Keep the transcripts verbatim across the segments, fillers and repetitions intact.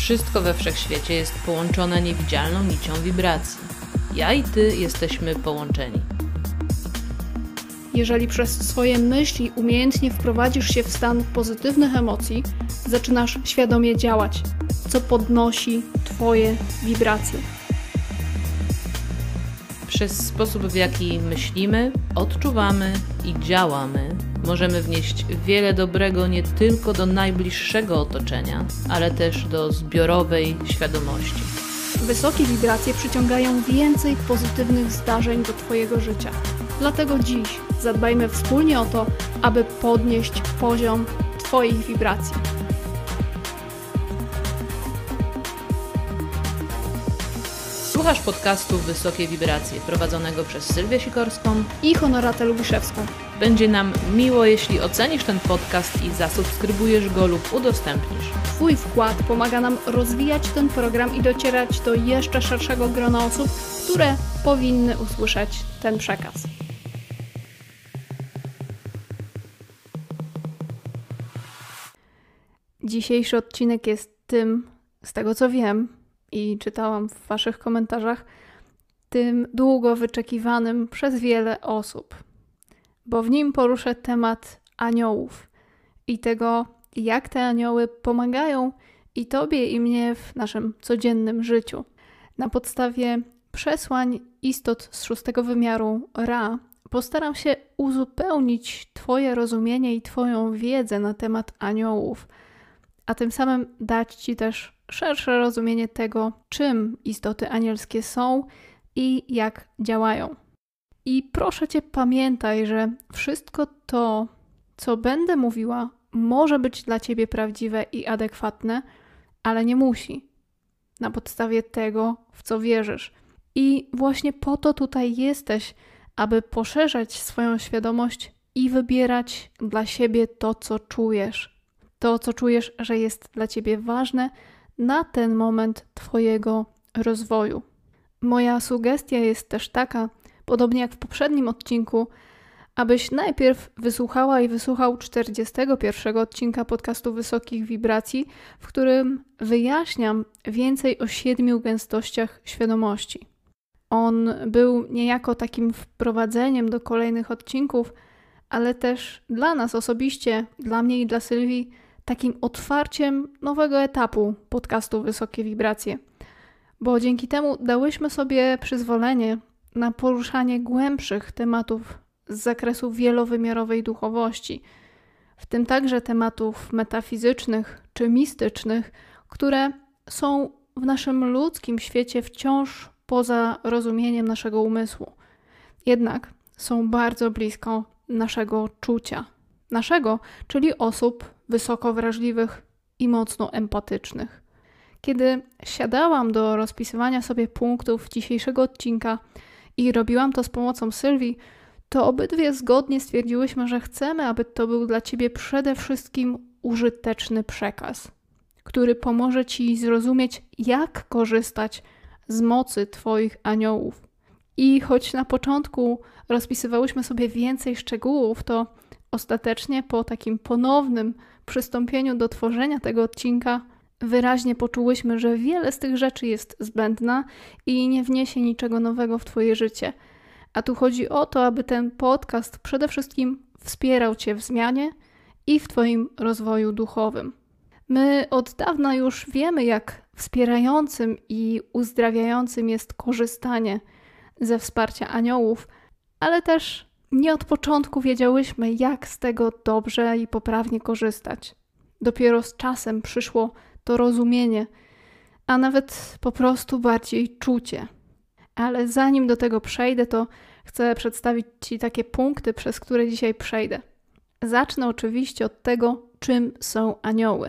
Wszystko we wszechświecie jest połączone niewidzialną nicią wibracji. Ja i ty jesteśmy połączeni. Jeżeli przez swoje myśli umiejętnie wprowadzisz się w stan pozytywnych emocji, zaczynasz świadomie działać, co podnosi twoje wibracje. Przez sposób, w jaki myślimy, odczuwamy i działamy, możemy wnieść wiele dobrego nie tylko do najbliższego otoczenia, ale też do zbiorowej świadomości. Wysokie wibracje przyciągają więcej pozytywnych zdarzeń do twojego życia. Dlatego dziś zadbajmy wspólnie o to, aby podnieść poziom twoich wibracji. Słuchasz podcastu Wysokie Wibracje, prowadzonego przez Sylwię Sikorską i Honoratę Lubiszewską. Będzie nam miło, jeśli ocenisz ten podcast i zasubskrybujesz go lub udostępnisz. Twój wkład pomaga nam rozwijać ten program i docierać do jeszcze szerszego grona osób, które powinny usłyszeć ten przekaz. Dzisiejszy odcinek jest tym, z tego co wiem i czytałam w waszych komentarzach, tym długo wyczekiwanym przez wiele osób, bo w nim poruszę temat aniołów i tego, jak te anioły pomagają i tobie, i mnie w naszym codziennym życiu. Na podstawie przesłań istot z szóstego wymiaru Ra postaram się uzupełnić twoje rozumienie i twoją wiedzę na temat aniołów, a tym samym dać ci też szersze rozumienie tego, czym istoty anielskie są i jak działają. I proszę cię, pamiętaj, że wszystko to, co będę mówiła, może być dla ciebie prawdziwe i adekwatne, ale nie musi. Na podstawie tego, w co wierzysz. I właśnie po to tutaj jesteś, aby poszerzać swoją świadomość i wybierać dla siebie to, co czujesz. To, co czujesz, że jest dla ciebie ważne na ten moment twojego rozwoju. Moja sugestia jest też taka, podobnie jak w poprzednim odcinku, abyś najpierw wysłuchała i wysłuchał czterdziestego pierwszego odcinka podcastu Wysokich Wibracji, w którym wyjaśniam więcej o siedmiu gęstościach świadomości. On był niejako takim wprowadzeniem do kolejnych odcinków, ale też dla nas osobiście, dla mnie i dla Sylwii, takim otwarciem nowego etapu podcastu Wysokie Wibracje. Bo dzięki temu dałyśmy sobie przyzwolenie na poruszanie głębszych tematów z zakresu wielowymiarowej duchowości, w tym także tematów metafizycznych czy mistycznych, które są w naszym ludzkim świecie wciąż poza rozumieniem naszego umysłu. Jednak są bardzo blisko naszego czucia. Naszego, czyli osób wysoko wrażliwych i mocno empatycznych. Kiedy siadałam do rozpisywania sobie punktów dzisiejszego odcinka i robiłam to z pomocą Sylwii, to obydwie zgodnie stwierdziłyśmy, że chcemy, aby to był dla ciebie przede wszystkim użyteczny przekaz, który pomoże ci zrozumieć, jak korzystać z mocy twoich aniołów. I choć na początku rozpisywałyśmy sobie więcej szczegółów, to ostatecznie po takim ponownym przystąpieniu do tworzenia tego odcinka wyraźnie poczułyśmy, że wiele z tych rzeczy jest zbędna i nie wniesie niczego nowego w twoje życie. A tu chodzi o to, aby ten podcast przede wszystkim wspierał cię w zmianie i w twoim rozwoju duchowym. My od dawna już wiemy, jak wspierającym i uzdrawiającym jest korzystanie ze wsparcia aniołów, ale też nie od początku wiedziałyśmy, jak z tego dobrze i poprawnie korzystać. Dopiero z czasem przyszło to rozumienie, a nawet po prostu bardziej czucie. Ale zanim do tego przejdę, to chcę przedstawić ci takie punkty, przez które dzisiaj przejdę. Zacznę oczywiście od tego, czym są anioły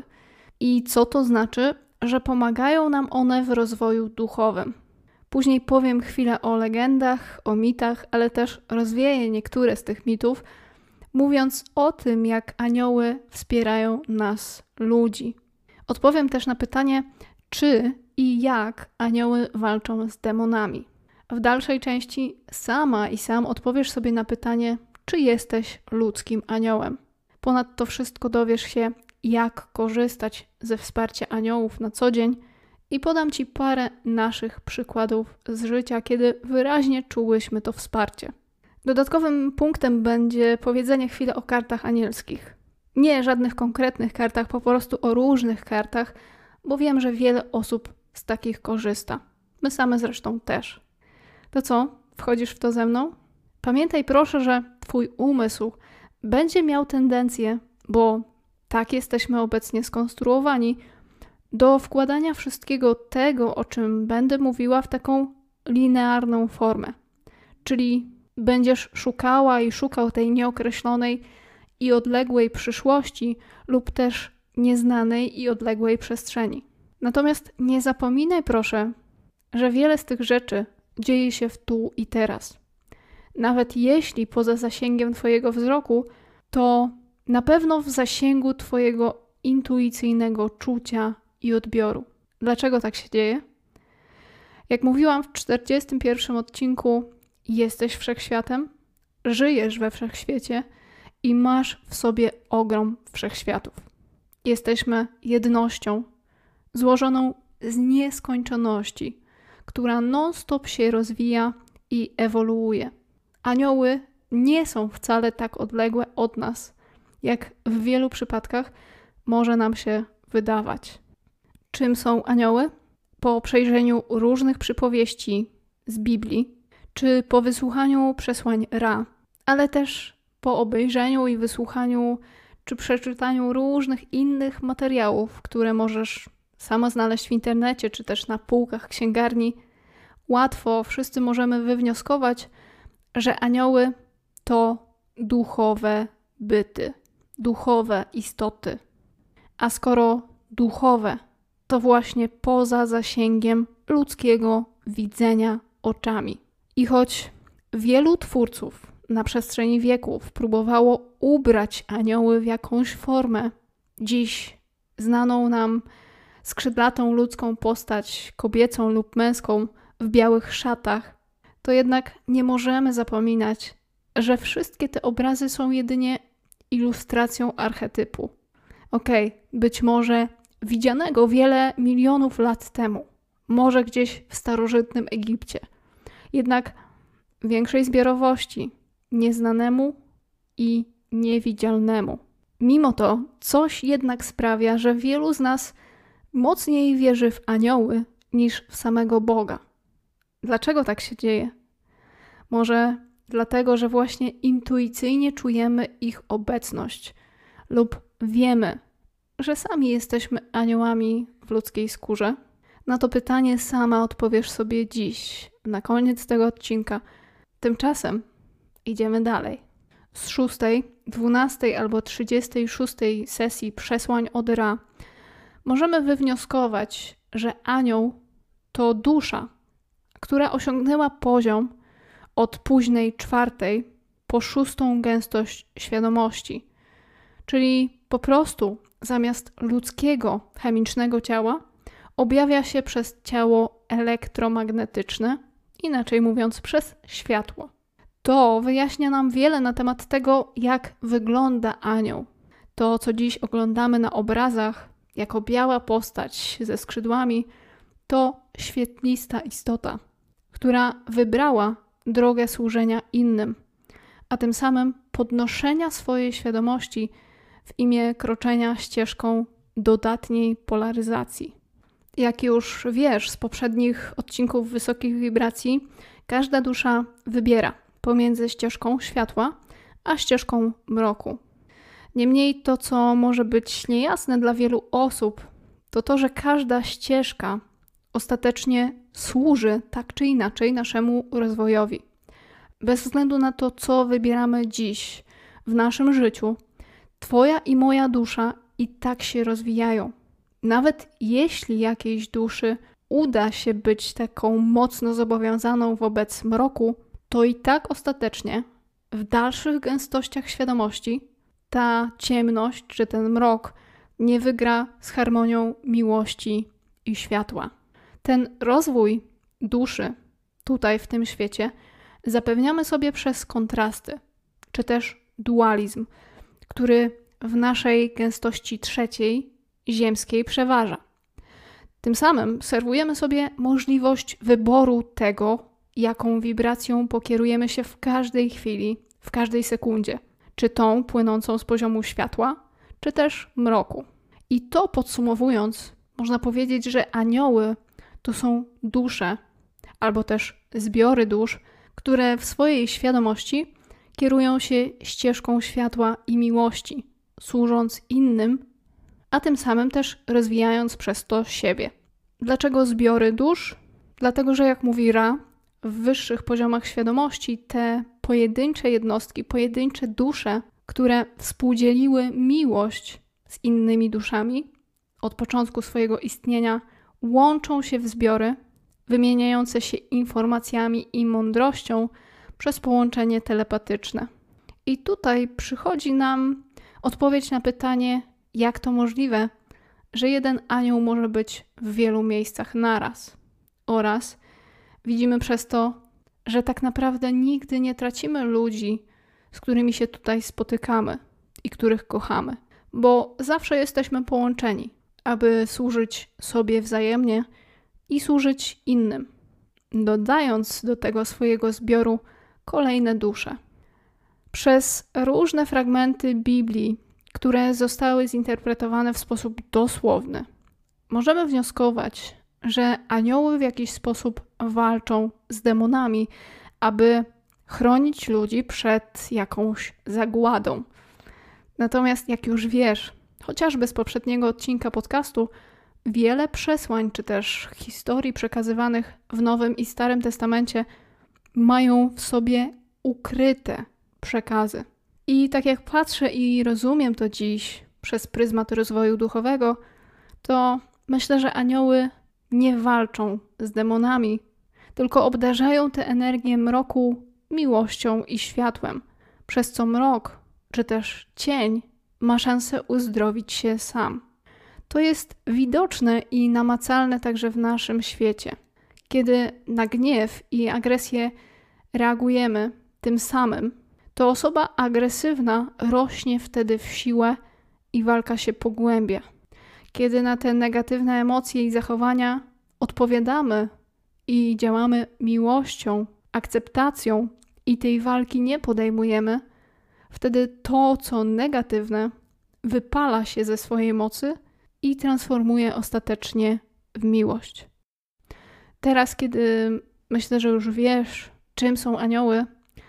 i co to znaczy, że pomagają nam one w rozwoju duchowym. Później powiem chwilę o legendach, o mitach, ale też rozwieję niektóre z tych mitów, mówiąc o tym, jak anioły wspierają nas, ludzi. Odpowiem też na pytanie, czy i jak anioły walczą z demonami. W dalszej części sama i sam odpowiesz sobie na pytanie, czy jesteś ludzkim aniołem. Ponadto wszystko dowiesz się, jak korzystać ze wsparcia aniołów na co dzień i podam Ci parę naszych przykładów z życia, kiedy wyraźnie czułyśmy to wsparcie. Dodatkowym punktem będzie powiedzenie chwilę o kartach anielskich. Nie żadnych konkretnych kartach, po prostu o różnych kartach, bo wiem, że wiele osób z takich korzysta. My same zresztą też. To co? Wchodzisz w to ze mną? Pamiętaj proszę, że Twój umysł będzie miał tendencję, bo tak jesteśmy obecnie skonstruowani, do wkładania wszystkiego tego, o czym będę mówiła, w taką linearną formę. Czyli będziesz szukała i szukał tej nieokreślonej i odległej przyszłości lub też nieznanej i odległej przestrzeni. Natomiast nie zapominaj proszę, że wiele z tych rzeczy dzieje się w tu i teraz. Nawet jeśli poza zasięgiem Twojego wzroku, to na pewno w zasięgu Twojego intuicyjnego czucia i odbioru. Dlaczego tak się dzieje? Jak mówiłam w czterdziestym pierwszym odcinku, jesteś wszechświatem, żyjesz we wszechświecie i masz w sobie ogrom wszechświatów. Jesteśmy jednością złożoną z nieskończoności, która non-stop się rozwija i ewoluuje. Anioły nie są wcale tak odległe od nas, jak w wielu przypadkach może nam się wydawać. Czym są anioły? Po przejrzeniu różnych przypowieści z Biblii, czy po wysłuchaniu przesłań Ra, ale też po obejrzeniu i wysłuchaniu, czy przeczytaniu różnych innych materiałów, które możesz sama znaleźć w internecie, czy też na półkach księgarni, łatwo wszyscy możemy wywnioskować, że anioły to duchowe byty, duchowe istoty. A skoro duchowe, to właśnie poza zasięgiem ludzkiego widzenia oczami. I choć wielu twórców na przestrzeni wieków próbowało ubrać anioły w jakąś formę, dziś znaną nam skrzydlatą ludzką postać, kobiecą lub męską w białych szatach, to jednak nie możemy zapominać, że wszystkie te obrazy są jedynie ilustracją archetypu. Okej, okay, być może widzianego wiele milionów lat temu, może gdzieś w starożytnym Egipcie, jednak większej zbiorowości, nieznanemu i niewidzialnemu. Mimo to coś jednak sprawia, że wielu z nas mocniej wierzy w anioły niż w samego Boga. Dlaczego tak się dzieje? Może dlatego, że właśnie intuicyjnie czujemy ich obecność lub wiemy, że sami jesteśmy aniołami w ludzkiej skórze? Na to pytanie sama odpowiesz sobie dziś, na koniec tego odcinka. Tymczasem idziemy dalej. Z szóstej, dwunastej albo trzydziestej szóstej sesji przesłań od Ra możemy wywnioskować, że anioł to dusza, która osiągnęła poziom od późnej czwartej po szóstą gęstość świadomości. Czyli po prostu zamiast ludzkiego chemicznego ciała objawia się przez ciało elektromagnetyczne, inaczej mówiąc przez światło. To wyjaśnia nam wiele na temat tego, jak wygląda anioł. To, co dziś oglądamy na obrazach, jako biała postać ze skrzydłami, to świetlista istota, która wybrała drogę służenia innym, a tym samym podnoszenia swojej świadomości w imię kroczenia ścieżką dodatniej polaryzacji. Jak już wiesz z poprzednich odcinków wysokich wibracji, każda dusza wybiera pomiędzy ścieżką światła a ścieżką mroku. Niemniej to, co może być niejasne dla wielu osób, to to, że każda ścieżka ostatecznie służy tak czy inaczej naszemu rozwojowi. Bez względu na to, co wybieramy dziś w naszym życiu, Twoja i moja dusza i tak się rozwijają. Nawet jeśli jakiejś duszy uda się być taką mocno zobowiązaną wobec mroku, to i tak ostatecznie w dalszych gęstościach świadomości ta ciemność czy ten mrok nie wygra z harmonią miłości i światła. Ten rozwój duszy tutaj w tym świecie zapewniamy sobie przez kontrasty, czy też dualizm, który w naszej gęstości trzeciej, ziemskiej, przeważa. Tym samym serwujemy sobie możliwość wyboru tego, jaką wibracją pokierujemy się w każdej chwili, w każdej sekundzie. Czy tą płynącą z poziomu światła, czy też mroku. I to podsumowując, można powiedzieć, że anioły to są dusze, albo też zbiory dusz, które w swojej świadomości kierują się ścieżką światła i miłości, służąc innym, a tym samym też rozwijając przez to siebie. Dlaczego zbiory dusz? Dlatego, że jak mówi Ra, w wyższych poziomach świadomości te pojedyncze jednostki, pojedyncze dusze, które współdzieliły miłość z innymi duszami od początku swojego istnienia, łączą się w zbiory wymieniające się informacjami i mądrością przez połączenie telepatyczne. I tutaj przychodzi nam odpowiedź na pytanie, jak to możliwe, że jeden anioł może być w wielu miejscach naraz. Oraz widzimy przez to, że tak naprawdę nigdy nie tracimy ludzi, z którymi się tutaj spotykamy i których kochamy, bo zawsze jesteśmy połączeni, aby służyć sobie wzajemnie i służyć innym, dodając do tego swojego zbioru kolejne dusze. Przez różne fragmenty Biblii, które zostały zinterpretowane w sposób dosłowny, możemy wnioskować, że anioły w jakiś sposób walczą z demonami, aby chronić ludzi przed jakąś zagładą. Natomiast jak już wiesz, chociażby z poprzedniego odcinka podcastu, wiele przesłań czy też historii przekazywanych w Nowym i Starym Testamencie mają w sobie ukryte przekazy. I tak jak patrzę i rozumiem to dziś przez pryzmat rozwoju duchowego, to myślę, że anioły nie walczą z demonami, tylko obdarzają tę energię mroku miłością i światłem, przez co mrok, czy też cień, ma szansę uzdrowić się sam. To jest widoczne i namacalne także w naszym świecie. Kiedy na gniew i agresję reagujemy tym samym, to osoba agresywna rośnie wtedy w siłę i walka się pogłębia. Kiedy na te negatywne emocje i zachowania odpowiadamy i działamy miłością, akceptacją i tej walki nie podejmujemy, wtedy to, co negatywne, wypala się ze swojej mocy i transformuje ostatecznie w miłość. Teraz, kiedy myślę, że już wiesz, czym są anioły,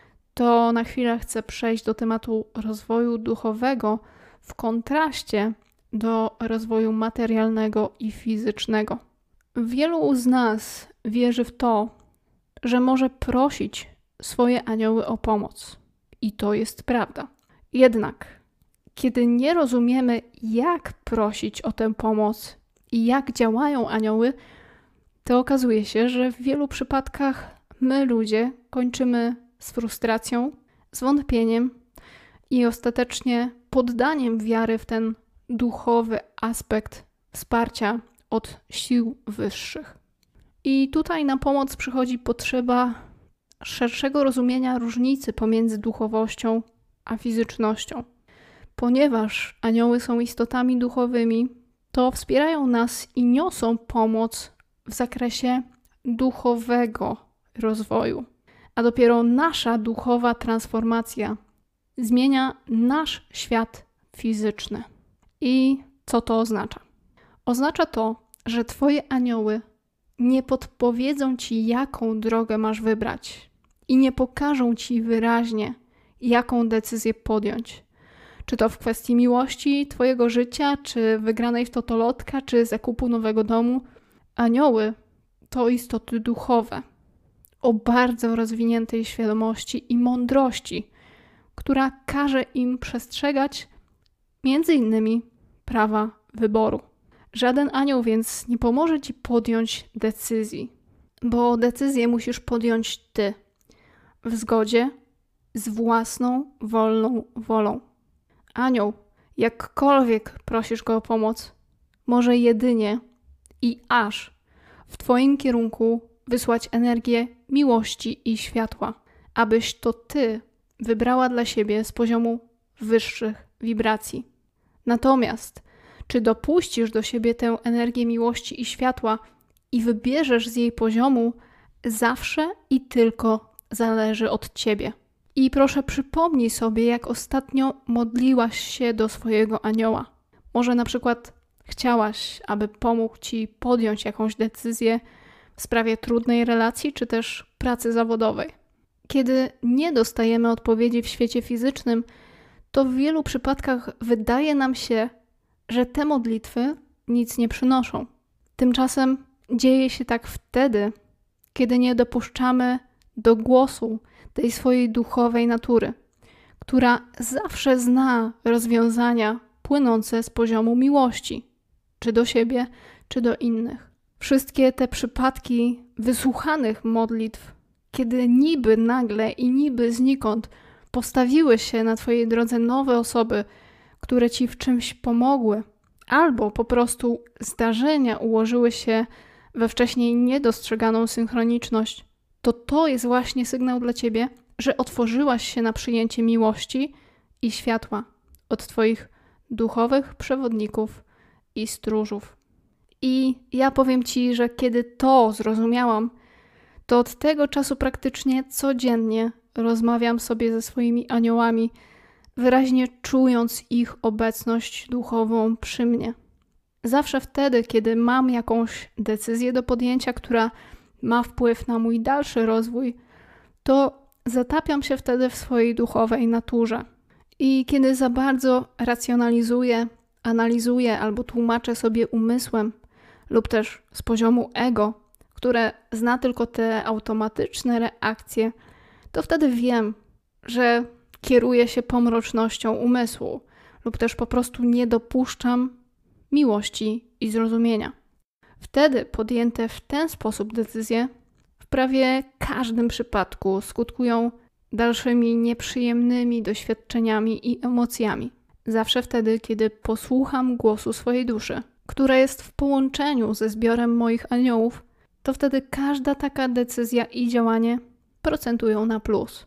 to na chwilę chcę przejść do tematu rozwoju duchowego w kontraście do rozwoju materialnego i fizycznego. Wielu z nas wierzy w to, że może prosić swoje anioły o pomoc. I to jest prawda. Jednak, kiedy nie rozumiemy, jak prosić o tę pomoc i jak działają anioły, to okazuje się, że w wielu przypadkach my, ludzie, kończymy z frustracją, zwątpieniem i ostatecznie poddaniem wiary w ten duchowy aspekt wsparcia od sił wyższych. I tutaj na pomoc przychodzi potrzeba szerszego rozumienia różnicy pomiędzy duchowością a fizycznością. Ponieważ anioły są istotami duchowymi, to wspierają nas i niosą pomoc w zakresie duchowego rozwoju. A dopiero nasza duchowa transformacja zmienia nasz świat fizyczny. I co to oznacza? Oznacza to, że twoje anioły nie podpowiedzą ci, jaką drogę masz wybrać i nie pokażą ci wyraźnie, jaką decyzję podjąć. Czy to w kwestii miłości, twojego życia, czy wygranej w totolotka, czy zakupu nowego domu. Anioły to istoty duchowe o bardzo rozwiniętej świadomości i mądrości, która każe im przestrzegać między innymi prawa wyboru. Żaden anioł więc nie pomoże ci podjąć decyzji, bo decyzję musisz podjąć ty w zgodzie z własną, wolną wolą. Anioł, jakkolwiek prosisz go o pomoc, może jedynie i aż w twoim kierunku wysłać energię miłości i światła, abyś to ty wybrała dla siebie z poziomu wyższych wibracji. Natomiast czy dopuścisz do siebie tę energię miłości i światła i wybierzesz z jej poziomu, zawsze i tylko zależy od ciebie. I proszę przypomnij sobie, jak ostatnio modliłaś się do swojego anioła. Może na przykład chciałaś, aby pomógł ci podjąć jakąś decyzję w sprawie trudnej relacji, czy też pracy zawodowej. Kiedy nie dostajemy odpowiedzi w świecie fizycznym, to w wielu przypadkach wydaje nam się, że te modlitwy nic nie przynoszą. Tymczasem dzieje się tak wtedy, kiedy nie dopuszczamy do głosu tej swojej duchowej natury, która zawsze zna rozwiązania płynące z poziomu miłości, czy do siebie, czy do innych. Wszystkie te przypadki wysłuchanych modlitw, kiedy niby nagle i niby znikąd postawiły się na twojej drodze nowe osoby, które ci w czymś pomogły, albo po prostu zdarzenia ułożyły się we wcześniej niedostrzeganą synchroniczność, to to jest właśnie sygnał dla ciebie, że otworzyłaś się na przyjęcie miłości i światła od twoich duchowych przewodników i stróżów. I ja powiem ci, że kiedy to zrozumiałam, to od tego czasu praktycznie codziennie rozmawiam sobie ze swoimi aniołami, wyraźnie czując ich obecność duchową przy mnie. Zawsze wtedy, kiedy mam jakąś decyzję do podjęcia, która ma wpływ na mój dalszy rozwój, to zatapiam się wtedy w swojej duchowej naturze. I kiedy za bardzo racjonalizuję, analizuję albo tłumaczę sobie umysłem lub też z poziomu ego, które zna tylko te automatyczne reakcje, to wtedy wiem, że kieruję się pomrocznością umysłu lub też po prostu nie dopuszczam miłości i zrozumienia. Wtedy podjęte w ten sposób decyzje w prawie każdym przypadku skutkują dalszymi nieprzyjemnymi doświadczeniami i emocjami. Zawsze wtedy, kiedy posłucham głosu swojej duszy, która jest w połączeniu ze zbiorem moich aniołów, to wtedy każda taka decyzja i działanie procentują na plus.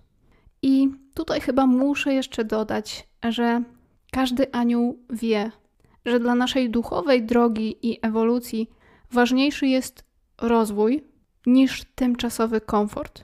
I tutaj chyba muszę jeszcze dodać, że każdy anioł wie, że dla naszej duchowej drogi i ewolucji ważniejszy jest rozwój niż tymczasowy komfort.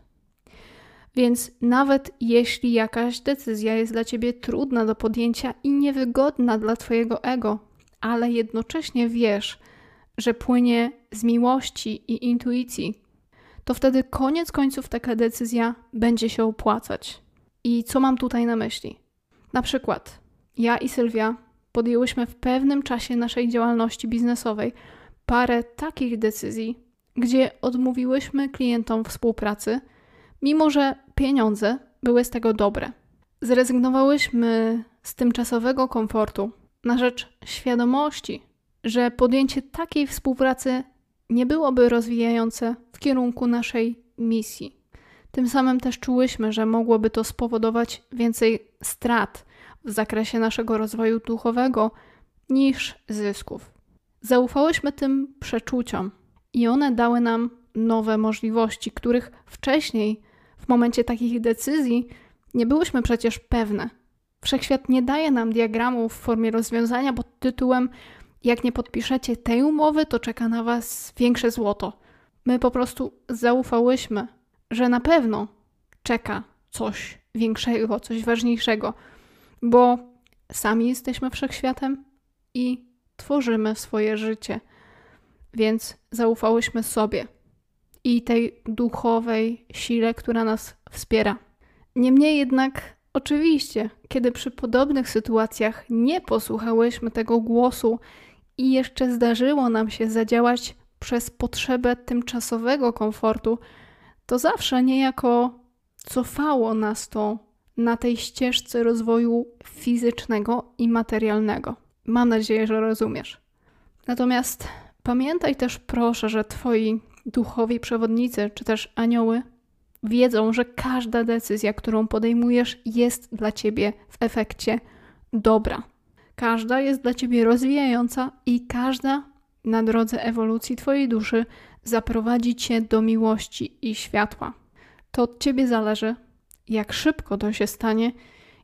Więc nawet jeśli jakaś decyzja jest dla ciebie trudna do podjęcia i niewygodna dla twojego ego, ale jednocześnie wiesz, że płynie z miłości i intuicji, to wtedy koniec końców taka decyzja będzie się opłacać. I co mam tutaj na myśli? Na przykład ja i Sylwia podjęłyśmy w pewnym czasie naszej działalności biznesowej parę takich decyzji, gdzie odmówiłyśmy klientom współpracy, mimo że pieniądze były z tego dobre. Zrezygnowałyśmy z tymczasowego komfortu na rzecz świadomości, że podjęcie takiej współpracy nie byłoby rozwijające w kierunku naszej misji. Tym samym też czułyśmy, że mogłoby to spowodować więcej strat w zakresie naszego rozwoju duchowego niż zysków. Zaufałyśmy tym przeczuciom i one dały nam nowe możliwości, których wcześniej w momencie takich decyzji nie byłyśmy przecież pewne. Wszechświat nie daje nam diagramu w formie rozwiązania pod tytułem jak nie podpiszecie tej umowy, to czeka na was większe złoto. My po prostu zaufałyśmy, że na pewno czeka coś większego, coś ważniejszego, bo sami jesteśmy wszechświatem i tworzymy swoje życie. Więc zaufałyśmy sobie i tej duchowej sile, która nas wspiera. Niemniej jednak, oczywiście, kiedy przy podobnych sytuacjach nie posłuchałyśmy tego głosu i jeszcze zdarzyło nam się zadziałać przez potrzebę tymczasowego komfortu, to zawsze niejako cofało nas to na tej ścieżce rozwoju fizycznego i materialnego. Mam nadzieję, że rozumiesz. Natomiast pamiętaj też proszę, że twoi duchowi przewodnicy, czy też anioły wiedzą, że każda decyzja, którą podejmujesz, jest dla ciebie w efekcie dobra. Każda jest dla ciebie rozwijająca i każda na drodze ewolucji twojej duszy zaprowadzi cię do miłości i światła. To od ciebie zależy, jak szybko to się stanie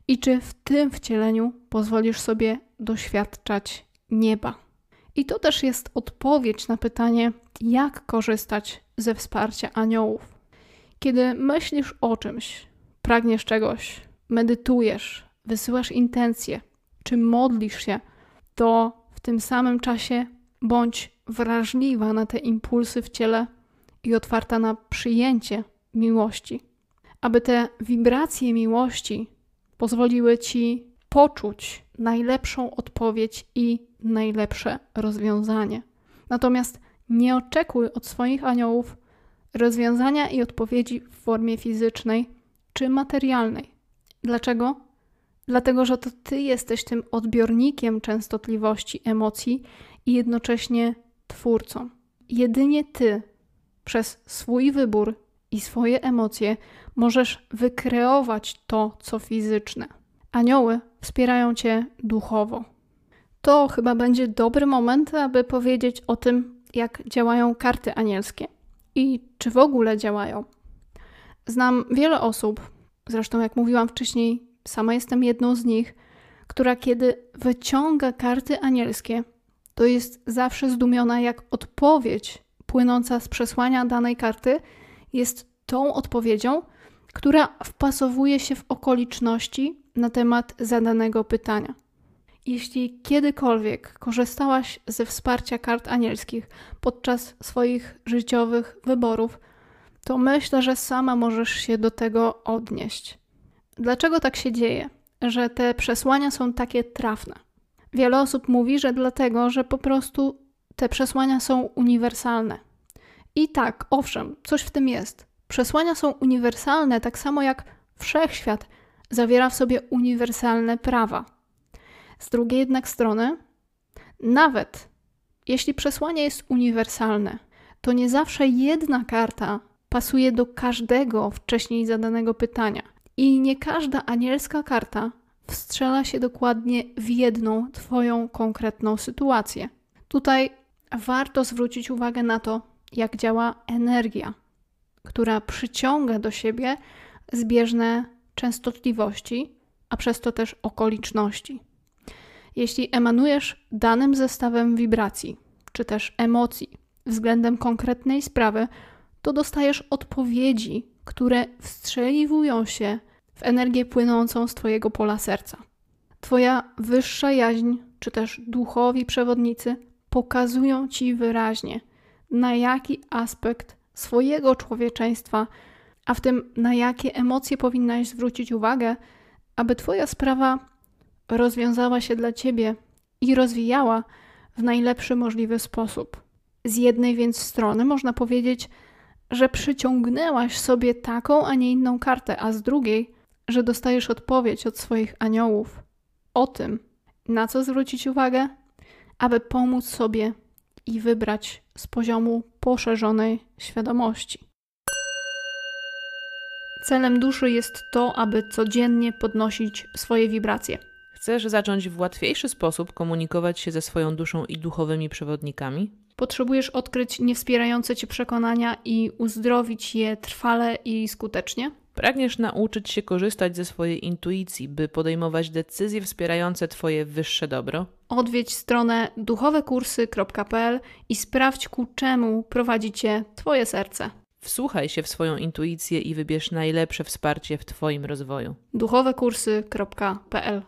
i czy w tym wcieleniu pozwolisz sobie doświadczać nieba. I to też jest odpowiedź na pytanie, jak korzystać ze wsparcia aniołów. Kiedy myślisz o czymś, pragniesz czegoś, medytujesz, wysyłasz intencje, czy modlisz się, to w tym samym czasie bądź wrażliwa na te impulsy w ciele i otwarta na przyjęcie miłości, aby te wibracje miłości pozwoliły Ci poczuć najlepszą odpowiedź i najlepsze rozwiązanie. Natomiast nie oczekuj od swoich aniołów rozwiązania i odpowiedzi w formie fizycznej czy materialnej. Dlaczego? Dlatego, że to Ty jesteś tym odbiornikiem częstotliwości emocji i jednocześnie twórcą. Jedynie Ty przez swój wybór i swoje emocje możesz wykreować to, co fizyczne. Anioły wspierają Cię duchowo. To chyba będzie dobry moment, aby powiedzieć o tym, jak działają karty anielskie i czy w ogóle działają. Znam wiele osób, zresztą jak mówiłam wcześniej, sama jestem jedną z nich, która kiedy wyciąga karty anielskie, to jest zawsze zdumiona, jak odpowiedź płynąca z przesłania danej karty jest tą odpowiedzią, która wpasowuje się w okoliczności na temat zadanego pytania. Jeśli kiedykolwiek korzystałaś ze wsparcia kart anielskich podczas swoich życiowych wyborów, to myślę, że sama możesz się do tego odnieść. Dlaczego tak się dzieje, że te przesłania są takie trafne? Wiele osób mówi, że dlatego, że po prostu te przesłania są uniwersalne. I tak, owszem, coś w tym jest. Przesłania są uniwersalne, tak samo jak wszechświat zawiera w sobie uniwersalne prawa. Z drugiej jednak strony, nawet jeśli przesłanie jest uniwersalne, to nie zawsze jedna karta pasuje do każdego wcześniej zadanego pytania. I nie każda anielska karta wstrzela się dokładnie w jedną Twoją konkretną sytuację. Tutaj warto zwrócić uwagę na to, jak działa energia, która przyciąga do siebie zbieżne częstotliwości, a przez to też okoliczności. Jeśli emanujesz danym zestawem wibracji, czy też emocji względem konkretnej sprawy, to dostajesz odpowiedzi, które wstrzeliwują się w energię płynącą z Twojego pola serca. Twoja wyższa jaźń, czy też duchowi przewodnicy pokazują Ci wyraźnie, na jaki aspekt swojego człowieczeństwa, a w tym na jakie emocje powinnaś zwrócić uwagę, aby Twoja sprawa rozwiązała się dla Ciebie i rozwijała w najlepszy możliwy sposób. Z jednej więc strony można powiedzieć, że przyciągnęłaś sobie taką, a nie inną kartę, a z drugiej, że dostajesz odpowiedź od swoich aniołów o tym, na co zwrócić uwagę, aby pomóc sobie i wybrać z poziomu poszerzonej świadomości. Celem duszy jest to, aby codziennie podnosić swoje wibracje. Chcesz zacząć w łatwiejszy sposób komunikować się ze swoją duszą i duchowymi przewodnikami? Potrzebujesz odkryć niewspierające Cię przekonania i uzdrowić je trwale i skutecznie? Pragniesz nauczyć się korzystać ze swojej intuicji, by podejmować decyzje wspierające Twoje wyższe dobro? Odwiedź stronę duchowe kursy kropka p l i sprawdź, ku czemu prowadzi Cię Twoje serce. Wsłuchaj się w swoją intuicję i wybierz najlepsze wsparcie w Twoim rozwoju. duchowe kursy kropka p l.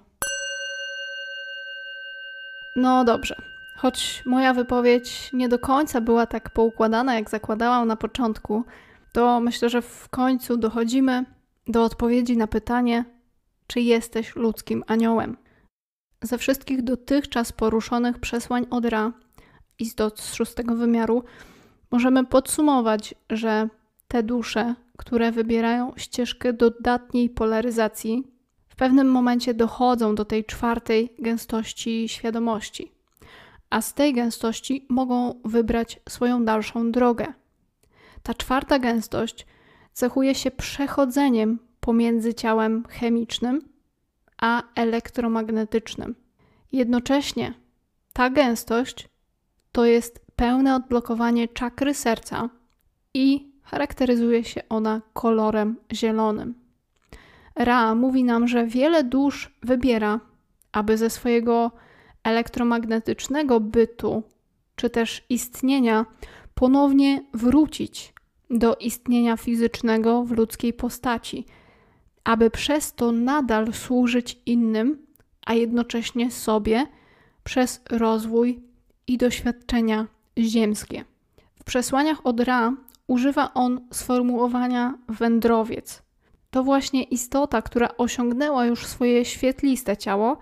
No dobrze. Choć moja wypowiedź nie do końca była tak poukładana, jak zakładałam na początku, to myślę, że w końcu dochodzimy do odpowiedzi na pytanie, czy jesteś ludzkim aniołem. Ze wszystkich dotychczas poruszonych przesłań od Ra, istot z szóstego wymiaru, możemy podsumować, że te dusze, które wybierają ścieżkę dodatniej polaryzacji, w pewnym momencie dochodzą do tej czwartej gęstości świadomości, a z tej gęstości mogą wybrać swoją dalszą drogę. Ta czwarta gęstość cechuje się przechodzeniem pomiędzy ciałem chemicznym a elektromagnetycznym. Jednocześnie ta gęstość to jest pełne odblokowanie czakry serca i charakteryzuje się ona kolorem zielonym. Ra mówi nam, że wiele dusz wybiera, aby ze swojego elektromagnetycznego bytu, czy też istnienia, ponownie wrócić do istnienia fizycznego w ludzkiej postaci, aby przez to nadal służyć innym, a jednocześnie sobie przez rozwój i doświadczenia ziemskie. W przesłaniach od Ra używa on sformułowania wędrowiec. To właśnie istota, która osiągnęła już swoje świetliste ciało,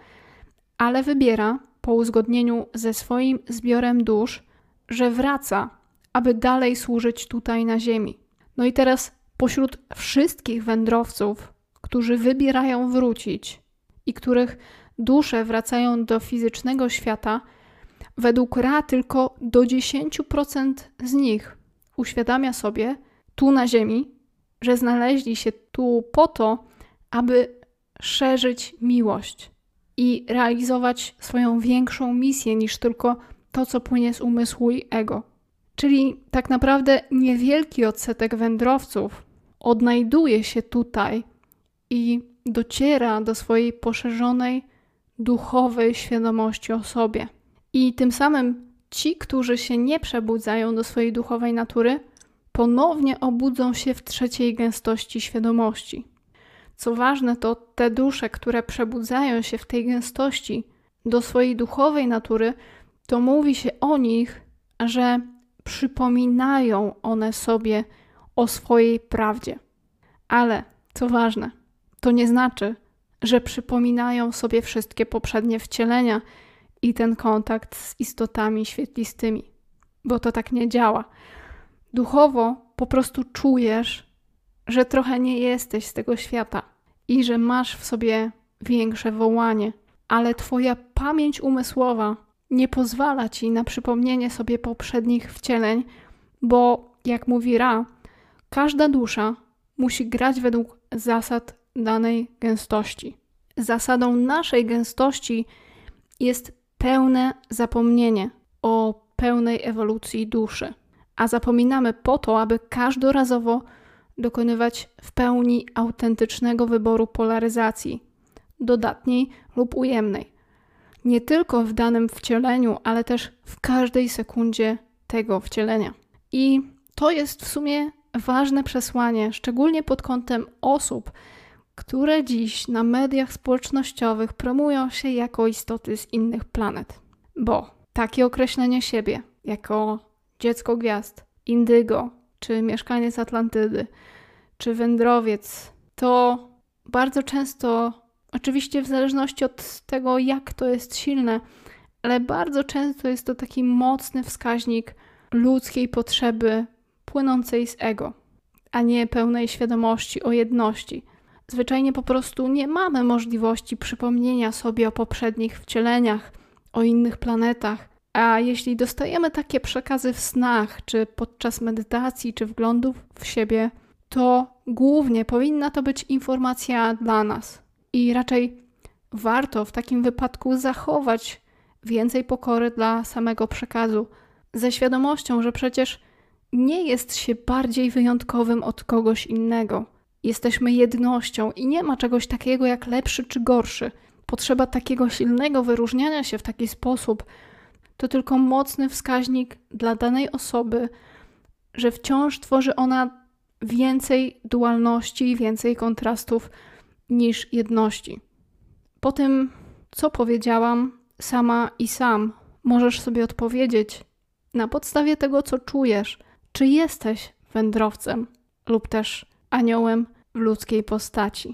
ale wybiera, po uzgodnieniu ze swoim zbiorem dusz, że wraca, aby dalej służyć tutaj na ziemi. No i teraz pośród wszystkich wędrowców, którzy wybierają wrócić i których dusze wracają do fizycznego świata, według Ra tylko do dziesięć procent z nich uświadamia sobie tu na ziemi, że znaleźli się tu po to, aby szerzyć miłość i realizować swoją większą misję niż tylko to, co płynie z umysłu i ego. Czyli tak naprawdę niewielki odsetek wędrowców odnajduje się tutaj i dociera do swojej poszerzonej, duchowej świadomości o sobie. I tym samym ci, którzy się nie przebudzają do swojej duchowej natury, ponownie obudzą się w trzeciej gęstości świadomości. Co ważne, to te dusze, które przebudzają się w tej gęstości do swojej duchowej natury, to mówi się o nich, że przypominają one sobie o swojej prawdzie. Ale, co ważne, to nie znaczy, że przypominają sobie wszystkie poprzednie wcielenia i ten kontakt z istotami świetlistymi, bo to tak nie działa. Duchowo po prostu czujesz, że trochę nie jesteś z tego świata i że masz w sobie większe wołanie, ale twoja pamięć umysłowa nie pozwala ci na przypomnienie sobie poprzednich wcieleń, bo jak mówi Ra, każda dusza musi grać według zasad danej gęstości. Zasadą naszej gęstości jest pełne zapomnienie o pełnej ewolucji duszy, a zapominamy po to, aby każdorazowo dokonywać w pełni autentycznego wyboru polaryzacji, dodatniej lub ujemnej. Nie tylko w danym wcieleniu, ale też w każdej sekundzie tego wcielenia. I to jest w sumie ważne przesłanie, szczególnie pod kątem osób, które dziś na mediach społecznościowych promują się jako istoty z innych planet. Bo takie określenie siebie jako dziecko gwiazd, indygo, czy mieszkaniec Atlantydy, czy wędrowiec, to bardzo często, oczywiście w zależności od tego, jak to jest silne, ale bardzo często jest to taki mocny wskaźnik ludzkiej potrzeby płynącej z ego, a nie pełnej świadomości o jedności. Zwyczajnie po prostu nie mamy możliwości przypomnienia sobie o poprzednich wcieleniach, o innych planetach, a jeśli dostajemy takie przekazy w snach, czy podczas medytacji, czy wglądów w siebie, to głównie powinna to być informacja dla nas. I raczej warto w takim wypadku zachować więcej pokory dla samego przekazu, ze świadomością, że przecież nie jest się bardziej wyjątkowym od kogoś innego. Jesteśmy jednością i nie ma czegoś takiego jak lepszy czy gorszy. Potrzeba takiego silnego wyróżniania się w taki sposób to tylko mocny wskaźnik dla danej osoby, że wciąż tworzy ona więcej dualności, więcej kontrastów niż jedności. Po tym, co powiedziałam, sama i sam możesz sobie odpowiedzieć na podstawie tego, co czujesz, czy jesteś wędrowcem lub też aniołem w ludzkiej postaci.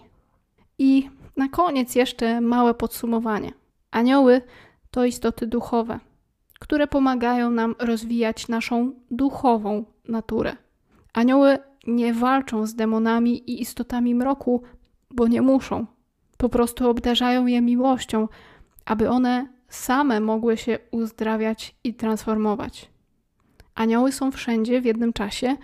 I na koniec jeszcze małe podsumowanie. Anioły to istoty duchowe, które pomagają nam rozwijać naszą duchową naturę. Anioły nie walczą z demonami i istotami mroku, bo nie muszą. Po prostu obdarzają je miłością, aby one same mogły się uzdrawiać i transformować. Anioły są wszędzie w jednym czasie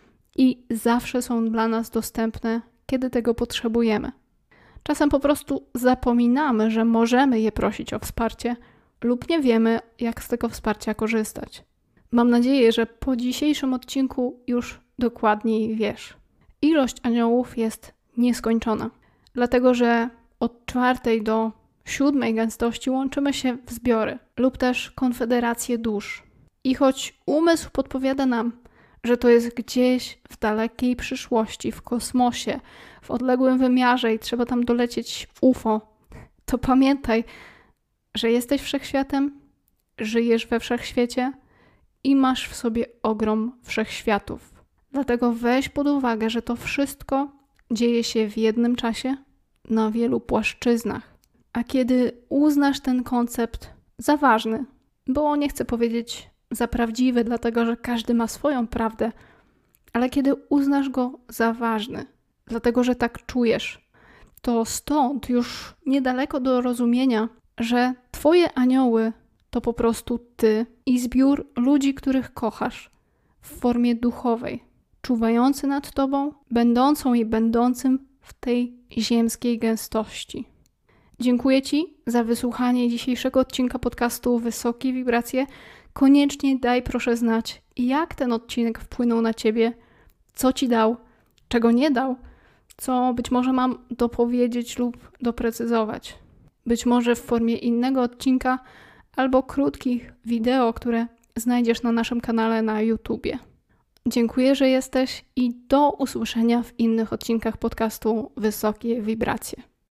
i zawsze są dla nas dostępne, kiedy tego potrzebujemy. Czasem po prostu zapominamy, że możemy je prosić o wsparcie lub nie wiemy, jak z tego wsparcia korzystać. Mam nadzieję, że po dzisiejszym odcinku już dokładniej wiesz. Ilość aniołów jest nieskończona, dlatego że od czwartej do siódmej gęstości łączymy się w zbiory lub też konfederacje dusz. I choć umysł podpowiada nam, że to jest gdzieś w dalekiej przyszłości, w kosmosie, w odległym wymiarze i trzeba tam dolecieć w U F O, to pamiętaj, że jesteś wszechświatem, żyjesz we wszechświecie i masz w sobie ogrom wszechświatów. Dlatego weź pod uwagę, że to wszystko dzieje się w jednym czasie, na wielu płaszczyznach. A kiedy uznasz ten koncept za ważny, bo nie chcę powiedzieć za prawdziwy, dlatego że każdy ma swoją prawdę, ale kiedy uznasz go za ważny, dlatego że tak czujesz, to stąd już niedaleko do rozumienia, że twoje anioły to po prostu ty i zbiór ludzi, których kochasz w formie duchowej, czuwający nad tobą, będącą i będącym w tej ziemskiej gęstości. Dziękuję Ci za wysłuchanie dzisiejszego odcinka podcastu Wysokie Wibracje. Koniecznie daj proszę znać, jak ten odcinek wpłynął na Ciebie, co Ci dał, czego nie dał, co być może mam dopowiedzieć lub doprecyzować. Być może w formie innego odcinka albo krótkich wideo, które znajdziesz na naszym kanale na YouTubie. Dziękuję, że jesteś i do usłyszenia w innych odcinkach podcastu Wysokie Wibracje.